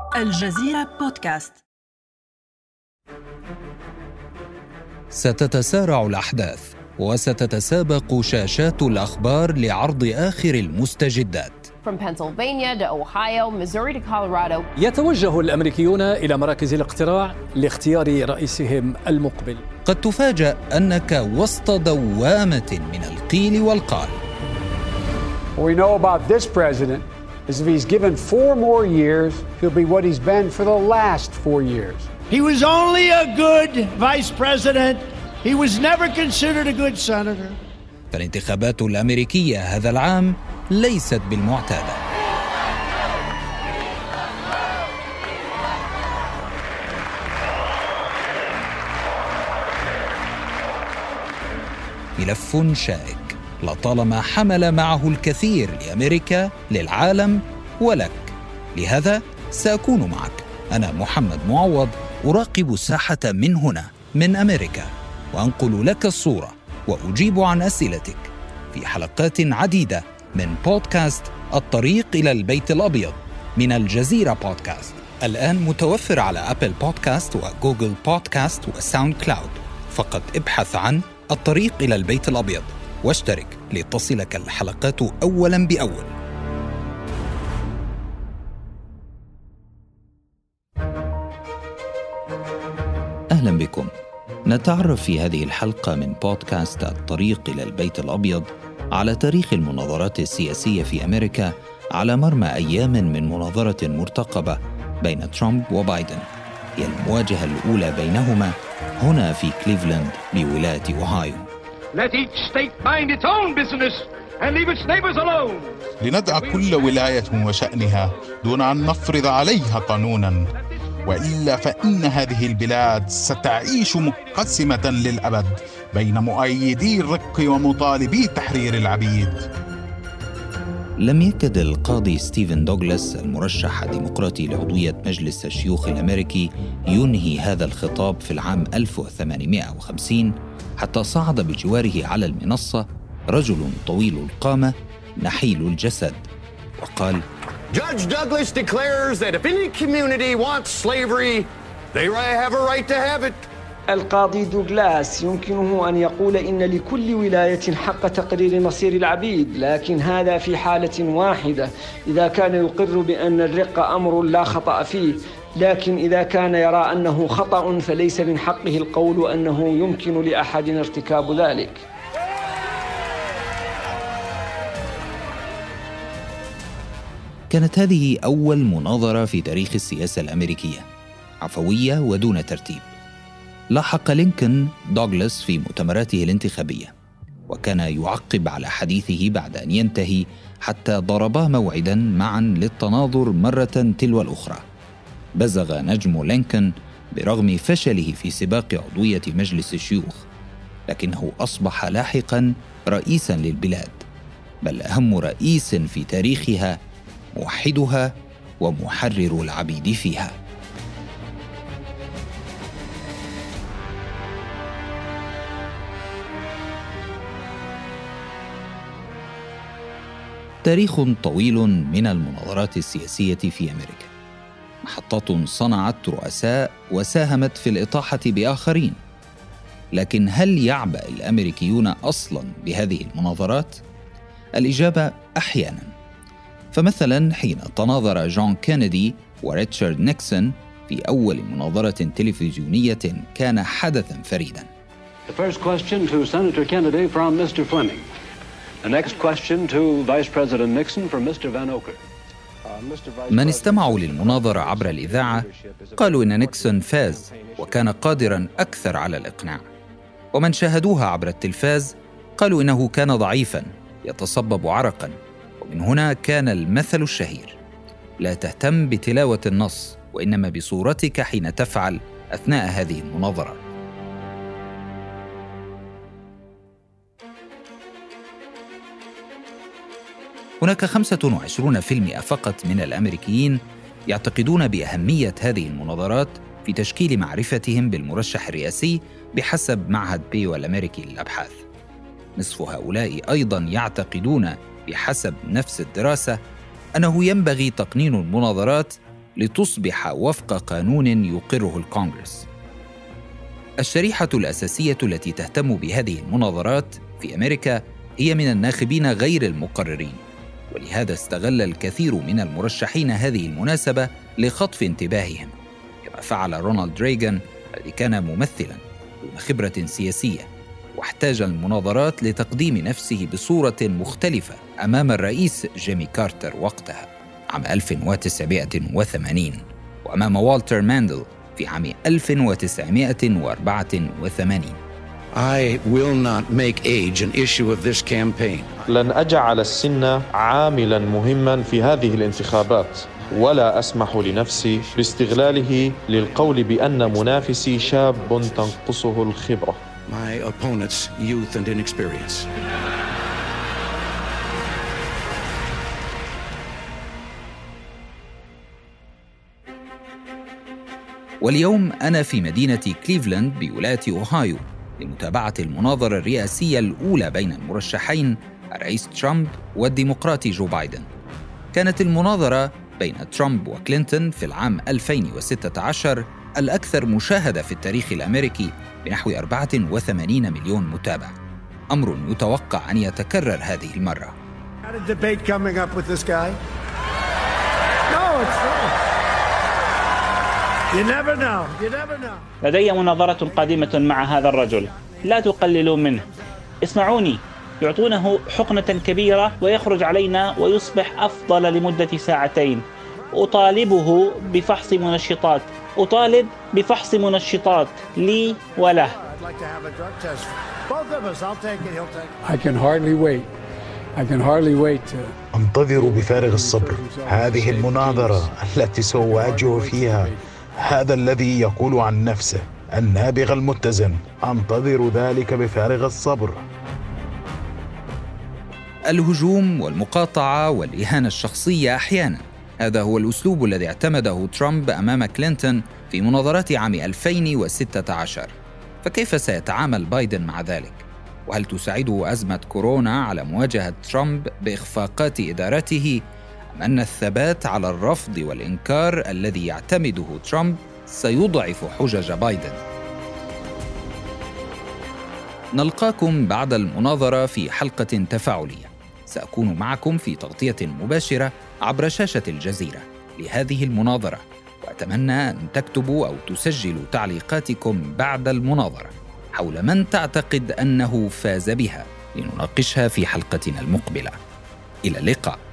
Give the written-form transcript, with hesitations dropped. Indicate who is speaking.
Speaker 1: الجزيرة بودكاست.
Speaker 2: ستتسارع الأحداث وستتسابق شاشات الأخبار لعرض آخر المستجدات.
Speaker 3: From Pennsylvania to Ohio, Missouri to Colorado.
Speaker 4: يتوجه الأمريكيون إلى مراكز الاقتراع لاختيار رئيسهم المقبل.
Speaker 2: قد تفاجأ أنك وسط دوامة من القيل والقال.
Speaker 5: What we know about this president is if he's given 4 more years, he'll be what he's been for the last 4 years.
Speaker 6: He was only a good vice president. He was never considered a good senator.
Speaker 2: فالانتخابات الأمريكية هذا العام ليست بالمعتادة. ملف شائك لطالما حمل معه الكثير لأمريكا، للعالم ولك. لهذا سأكون معك أنا محمد معوض، أراقب الساحة من هنا من أمريكا، وأنقل لك الصورة وأجيب عن أسئلتك في حلقات عديدة من بودكاست الطريق إلى البيت الأبيض من الجزيرة بودكاست. الآن متوفر على أبل بودكاست وجوجل بودكاست وساوند كلاود. فقط ابحث عن الطريق إلى البيت الأبيض واشترك لتصلك الحلقات أولاً بأول. أهلاً بكم. نتعرف في هذه الحلقة من بودكاست الطريق إلى البيت الأبيض على تاريخ المناظرات السياسية في أمريكا على مرمى أيام من مناظرة مرتقبة بين ترامب وبايدن. هي المواجهة الأولى بينهما هنا في كليفلاند بولاية أوهايو.
Speaker 7: Let each state mind its own business and leave its neighbors alone.
Speaker 8: لندع كل ولاية وشأنها دون أن نفرض عليها قانوناً، وإلا فإن هذه البلاد ستعيش مقسمة للأبد بين مؤيدي الرق ومطالبي تحرير العبيد.
Speaker 2: لم يكد القاضي ستيفن دوغلاس المرشح الديمقراطي لعضوية مجلس الشيوخ الأمريكي ينهي هذا الخطاب في العام 1850 حتى صعد بجواره على المنصة رجل طويل القامة نحيل الجسد وقال:
Speaker 9: Judge Douglas declares that if any community wants slavery, they have a right to have it.
Speaker 10: القاضي دوغلاس يمكنه أن يقول إن لكل ولاية حق تقرير مصير العبيد، لكن هذا في حالة واحدة إذا كان يقر بأن الرق أمر لا خطأ فيه، لكن إذا كان يرى أنه خطأ فليس من حقه القول أنه يمكن لأحد ارتكاب ذلك.
Speaker 2: كانت هذه أول مناظرة في تاريخ السياسة الأمريكية، عفوية ودون ترتيب. لاحق لينكولن دوغلاس في مؤتمراته الانتخابية، وكان يعقب على حديثه بعد أن ينتهي حتى ضربا موعدا معا للتناظر مرة تلو الأخرى. بزغ نجم لينكولن برغم فشله في سباق عضوية مجلس الشيوخ، لكنه أصبح لاحقا رئيسا للبلاد، بل أهم رئيس في تاريخها، موحدها ومحرر العبيد فيها. تاريخ طويل من المناظرات السياسية في أمريكا، محطات صنعت رؤساء وساهمت في الإطاحة بآخرين. لكن هل يعبأ الأمريكيون أصلاً بهذه المناظرات؟ الإجابة أحياناً. فمثلاً حين تناظر جون كينيدي وريتشارد نيكسون في أول مناظرة تلفزيونية كان حدثاً فريداً.
Speaker 11: The first question to Senator Kennedy from Mr. Fleming. The next question to Vice President Nixon from Mr. Van Oker.
Speaker 2: من استمعوا للمناظرة عبر الإذاعة قالوا إن نيكسون فاز وكان قادراً أكثر على الإقناع، ومن شاهدوها عبر التلفاز قالوا إنه كان ضعيفاً يتصبب عرقاً. ومن هنا كان المثل الشهير: لا تهتم بتلاوة النص وإنما بصورتك حين تفعل أثناء هذه المناظرة. هناك 25% فقط من الأمريكيين يعتقدون بأهمية هذه المناظرات في تشكيل معرفتهم بالمرشح الرئاسي بحسب معهد بيو الأمريكي للأبحاث. نصف هؤلاء أيضاً يعتقدون بحسب نفس الدراسة أنه ينبغي تقنين المناظرات لتصبح وفق قانون يقره الكونغرس. الشريحة الأساسية التي تهتم بهذه المناظرات في أمريكا هي من الناخبين غير المقررين، ولهذا استغل الكثير من المرشحين هذه المناسبة لخطف انتباههم، كما فعل رونالد ريغان الذي كان ممثلاً دون خبرة سياسية، واحتاج المناظرات لتقديم نفسه بصورة مختلفة أمام الرئيس جيمي كارتر وقتها عام 1980 وأمام والتر ماندل في عام 1984.
Speaker 12: I will not make age an issue of this campaign.
Speaker 13: لن أجعل السن عاملاً مهماً في هذه الانتخابات، ولا أسمح لنفسي باستغلاله للقول بأن منافسي شاب تنقصه الخبرة.
Speaker 12: My opponent's youth and inexperience.
Speaker 2: واليوم أنا في مدينة كليفلاند بولاية أوهايو لمتابعة المناظرة الرئاسية الأولى بين المرشحين الرئيس ترامب والديمقراطي جو بايدن. كانت المناظرة بين ترامب وكلينتون في العام 2016 الأكثر مشاهدة في التاريخ الأمريكي بنحو 84 مليون متابع، أمر يتوقع أن يتكرر هذه المرة.
Speaker 14: لدي مناظرة قادمة مع هذا الرجل، لا تقللوا منه. اسمعوني، يعطونه حقنة كبيرة ويخرج علينا ويصبح أفضل لمدة ساعتين. أطالب بفحص منشطات لي وله.
Speaker 8: أنتظر بفارغ الصبر هذه المناظرة التي سأواجه فيها هذا الذي يقول عن نفسه النابغة المتزن. أنتظر ذلك بفارغ الصبر.
Speaker 2: الهجوم والمقاطعة والإهانة الشخصية أحياناً، هذا هو الأسلوب الذي اعتمده ترامب أمام كلينتون في مناظرات عام 2016. فكيف سيتعامل بايدن مع ذلك؟ وهل تساعده أزمة كورونا على مواجهة ترامب بإخفاقات إدارته، أم أن الثبات على الرفض والإنكار الذي يعتمده ترامب سيضعف حجج بايدن؟ نلقاكم بعد المناظرة في حلقة تفاعلية. سأكون معكم في تغطية مباشرة عبر شاشة الجزيرة لهذه المناظرة، وأتمنى أن تكتبوا أو تسجلوا تعليقاتكم بعد المناظرة حول من تعتقد أنه فاز بها لنناقشها في حلقتنا المقبلة. إلى اللقاء.